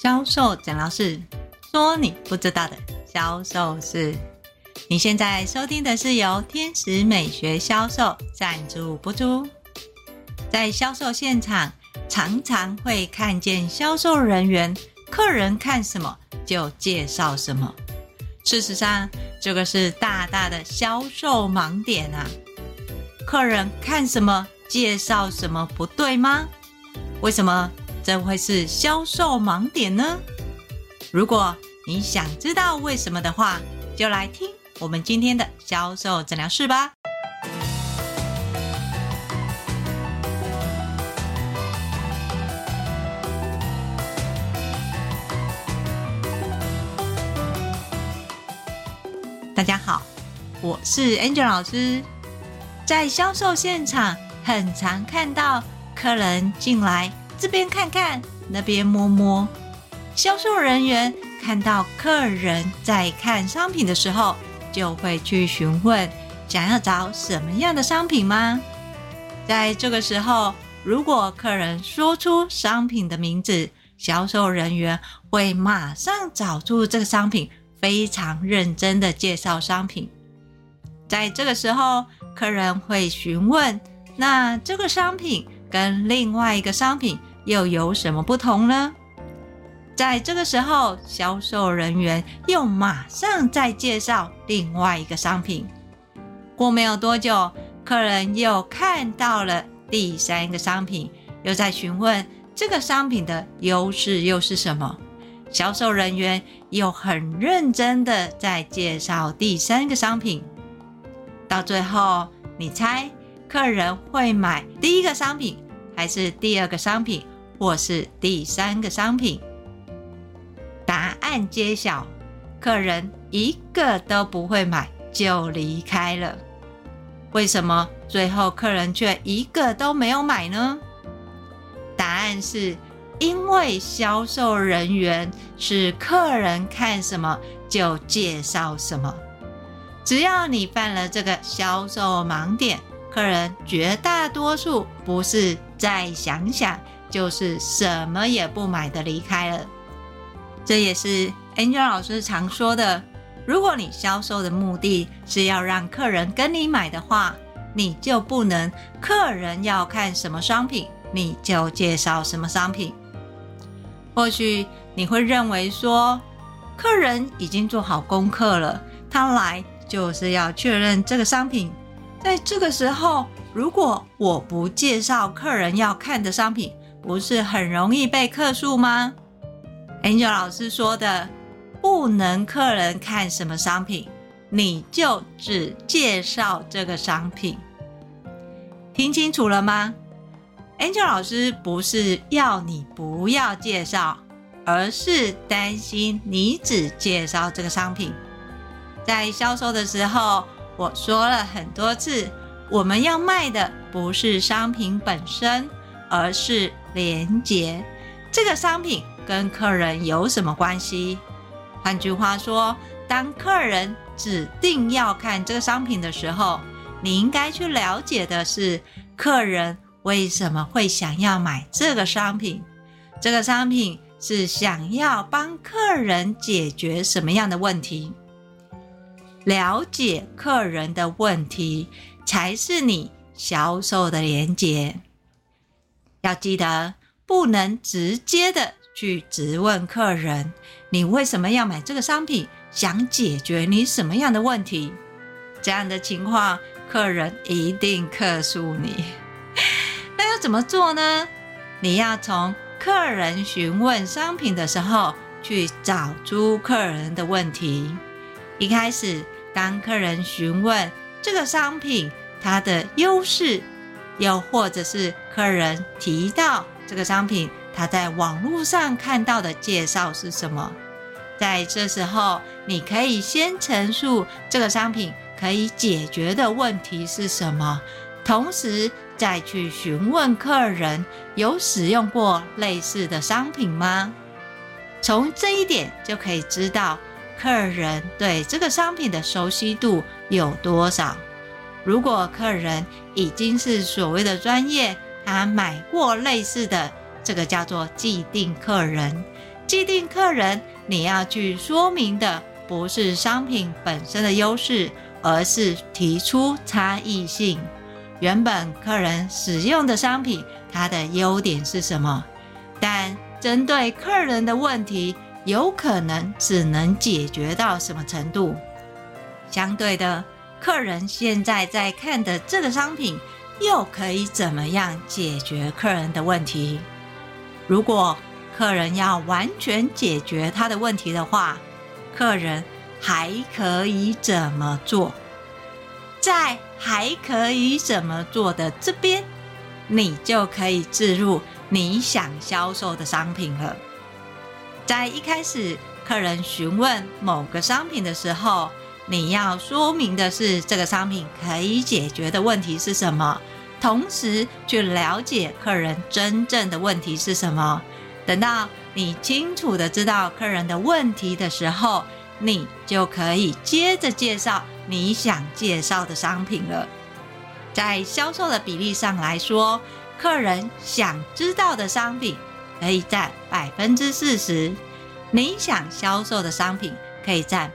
销售诊疗室，说你不知道的销售事。你现在收听的是由天使美学销售赞助播出。在销售现场，常常会看见销售人员，客人看什么就介绍什么。事实上，这个是大大的销售盲点啊！客人看什么介绍什么，不对吗？为什么这会是销售盲点呢？如果你想知道为什么的话，就来听我们今天的销售诊疗室吧。大家好，我是 Angel 老师。在销售现场，很常看到客人进来，这边看看，那边摸摸。销售人员看到客人在看商品的时候，就会去询问，想要找什么样的商品吗？在这个时候，如果客人说出商品的名字，销售人员会马上找出这个商品，非常认真的介绍商品。在这个时候，客人会询问，那这个商品跟另外一个商品又有什么不同呢？在这个时候，销售人员又马上再介绍另外一个商品。过没有多久，客人又看到了第三个商品，又在询问这个商品的优势又是什么。销售人员又很认真的在介绍第三个商品。到最后，你猜客人会买第一个商品，还是第二个商品，或是第三个商品？答案揭晓，客人一个都不会买就离开了。为什么最后客人却一个都没有买呢？答案是因为销售人员是客人看什么就介绍什么。只要你犯了这个销售盲点，客人绝大多数不是再想想，就是什么也不买的离开了。这也是 Angel 老师常说的，如果你销售的目的是要让客人跟你买的话，你就不能客人要看什么商品，你就介绍什么商品。或许你会认为说，客人已经做好功课了，他来就是要确认这个商品。在这个时候，如果我不介绍客人要看的商品，不是很容易被客诉吗？ Angel 老师说的，不能客人看什么商品，你就只介绍这个商品。听清楚了吗？ Angel 老师不是要你不要介绍，而是担心你只介绍这个商品。在销售的时候，我说了很多次，我们要卖的不是商品本身，而是连结。这个商品跟客人有什么关系？换句话说，当客人指定要看这个商品的时候，你应该去了解的是，客人为什么会想要买这个商品？这个商品是想要帮客人解决什么样的问题？了解客人的问题，才是你销售的连结。要记得，不能直接的去质问客人，你为什么要买这个商品？想解决你什么样的问题？这样的情况，客人一定客诉你。那要怎么做呢？你要从客人询问商品的时候，去找出客人的问题。一开始，当客人询问这个商品它的优势，又或者是客人提到这个商品他在网络上看到的介绍是什么，在这时候你可以先陈述这个商品可以解决的问题是什么，同时再去询问客人有使用过类似的商品吗？从这一点就可以知道客人对这个商品的熟悉度有多少。如果客人已经是所谓的专业，他买过类似的，这个叫做既定客人。 既定客人，你要去说明的不是商品本身的优势，而是提出差异性。原本客人使用的商品，它的优点是什么？但针对客人的问题，有可能只能解决到什么程度？相对的，客人现在在看的这个商品，又可以怎么样解决客人的问题？如果客人要完全解决他的问题的话，客人还可以怎么做？在还可以怎么做的这边，你就可以置入你想销售的商品了。在一开始，客人询问某个商品的时候，你要说明的是这个商品可以解决的问题是什么，同时去了解客人真正的问题是什么。等到你清楚的知道客人的问题的时候，你就可以接着介绍你想介绍的商品了。在销售的比例上来说，客人想知道的商品可以占 40%， 你想销售的商品可以占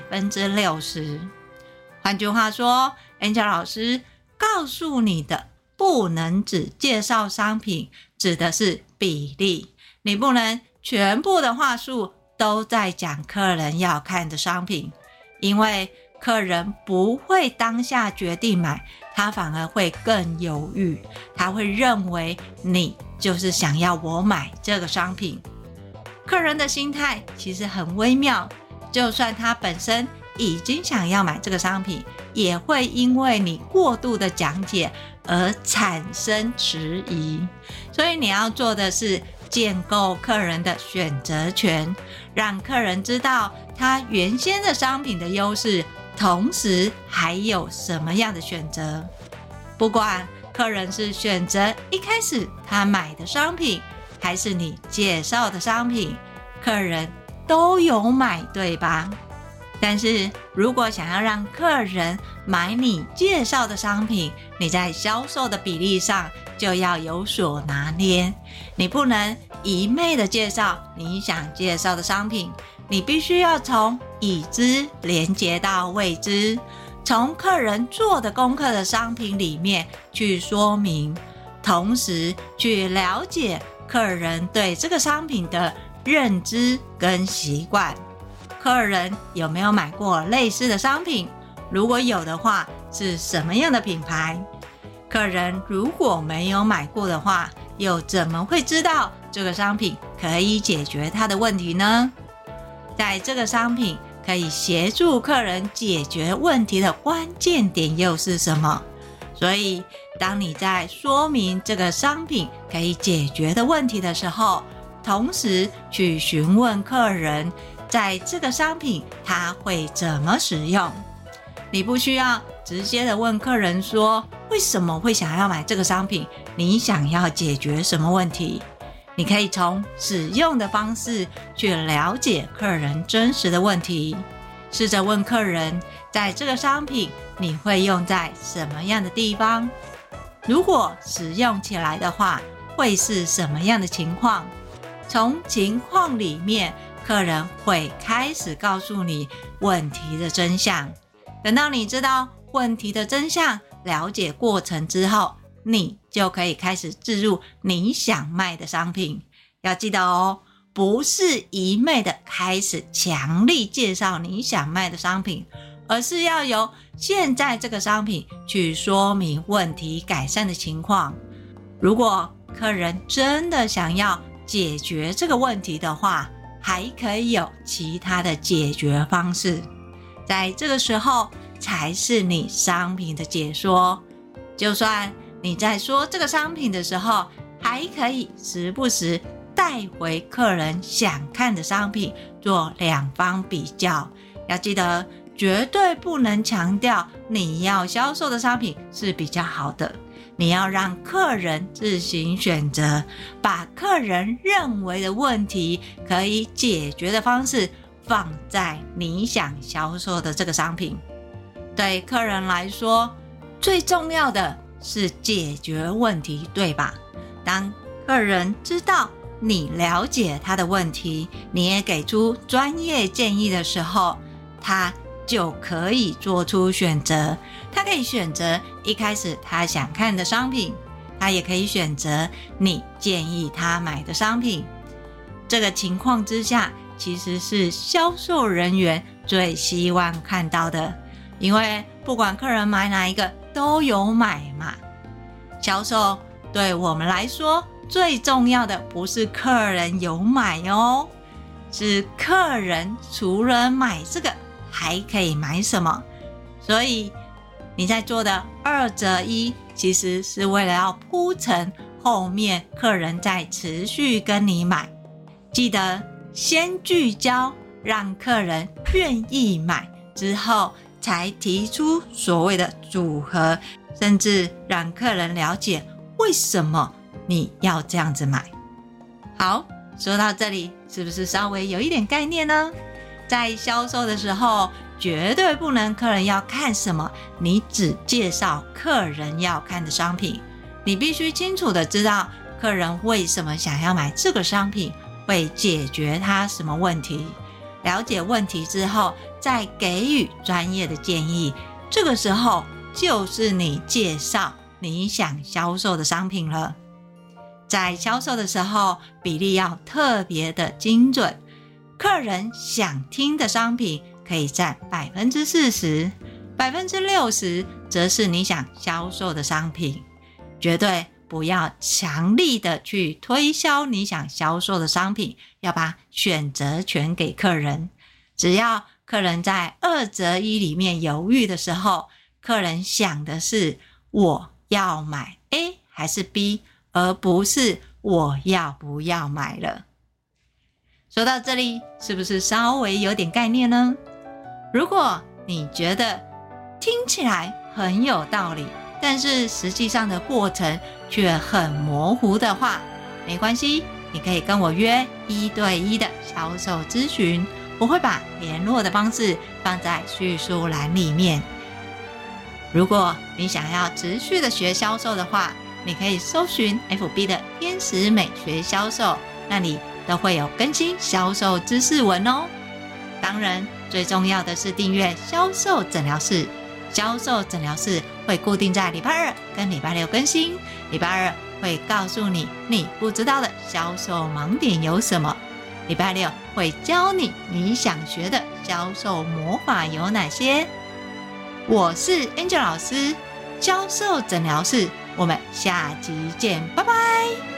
60%。 换句话说， Angel 老师告诉你的不能只介绍商品，指的是比例。你不能全部的话术都在讲客人要看的商品，因为客人不会当下决定买，他反而会更犹豫，他会认为你就是想要我买这个商品。客人的心态其实很微妙，就算他本身已经想要买这个商品，也会因为你过度的讲解而产生迟疑。所以你要做的是建构客人的选择权，让客人知道他原先的商品的优势，同时还有什么样的选择。不管客人是选择一开始他买的商品，还是你介绍的商品，客人都有买，对吧？但是如果想要让客人买你介绍的商品，你在销售的比例上就要有所拿捏。你不能一昧的介绍你想介绍的商品，你必须要从已知连接到未知，从客人做的功课的商品里面去说明，同时去了解客人对这个商品的认知跟习惯。客人有没有买过类似的商品？如果有的话，是什么样的品牌？客人如果没有买过的话，又怎么会知道这个商品可以解决他的问题呢？在这个商品可以协助客人解决问题的关键点又是什么？所以当你在说明这个商品可以解决的问题的时候，同时去询问客人在这个商品他会怎么使用。你不需要直接的问客人说为什么会想要买这个商品，你想要解决什么问题。你可以从使用的方式去了解客人真实的问题，试着问客人在这个商品你会用在什么样的地方，如果使用起来的话会是什么样的情况。从情况里面，客人会开始告诉你问题的真相。等到你知道问题的真相，了解过程之后，你就可以开始置入你想卖的商品。要记得哦，不是一昧的开始强力介绍你想卖的商品，而是要由现在这个商品去说明问题改善的情况。如果客人真的想要解决这个问题的话，还可以有其他的解决方式。在这个时候才是你商品的解说。就算你在说这个商品的时候，还可以时不时带回客人想看的商品做两方比较。要记得绝对不能强调你要销售的商品是比较好的，你要让客人自行选择，把客人认为的问题可以解决的方式放在你想销售的这个商品。对客人来说，最重要的是解决问题，对吧？当客人知道你了解他的问题，你也给出专业建议的时候，他就可以做出选择。他可以选择一开始他想看的商品，他也可以选择你建议他买的商品。这个情况之下，其实是销售人员最希望看到的，因为不管客人买哪一个都有买嘛。销售对我们来说最重要的不是客人有买哦，是客人除了买这个还可以买什么。所以你在做的2折1其实是为了要铺陈后面客人再持续跟你买。记得先聚焦，让客人愿意买之后，才提出所谓的组合，甚至让客人了解为什么你要这样子买。好，说到这里，是不是稍微有一点概念呢？在销售的时候，绝对不能客人要看什么，你只介绍客人要看的商品。你必须清楚的知道客人为什么想要买这个商品，会解决他什么问题。了解问题之后，再给予专业的建议，这个时候就是你介绍你想销售的商品了。在销售的时候，比例要特别的精准，客人想听的商品可以占 40%， 60% 则是你想销售的商品。绝对不要强力的去推销你想销售的商品，要把选择权给客人。只要客人在2折1里面犹豫的时候，客人想的是我要买 A 还是 B， 而不是我要不要买了。说到这里，是不是稍微有点概念呢？如果你觉得听起来很有道理，但是实际上的过程却很模糊的话，没关系，你可以跟我约1对1的销售咨询，我会把联络的方式放在叙述栏里面。如果你想要持续的学销售的话，你可以搜寻 FB 的天使美学销售，那里都会有更新销售知识文哦。当然最重要的是订阅销售诊疗室，销售诊疗室会固定在礼拜2跟礼拜6更新。礼拜2会告诉你你不知道的销售盲点有什么，礼拜6会教你你想学的销售魔法有哪些。我是 Angel 老师，销售诊疗室，我们下集见，拜拜。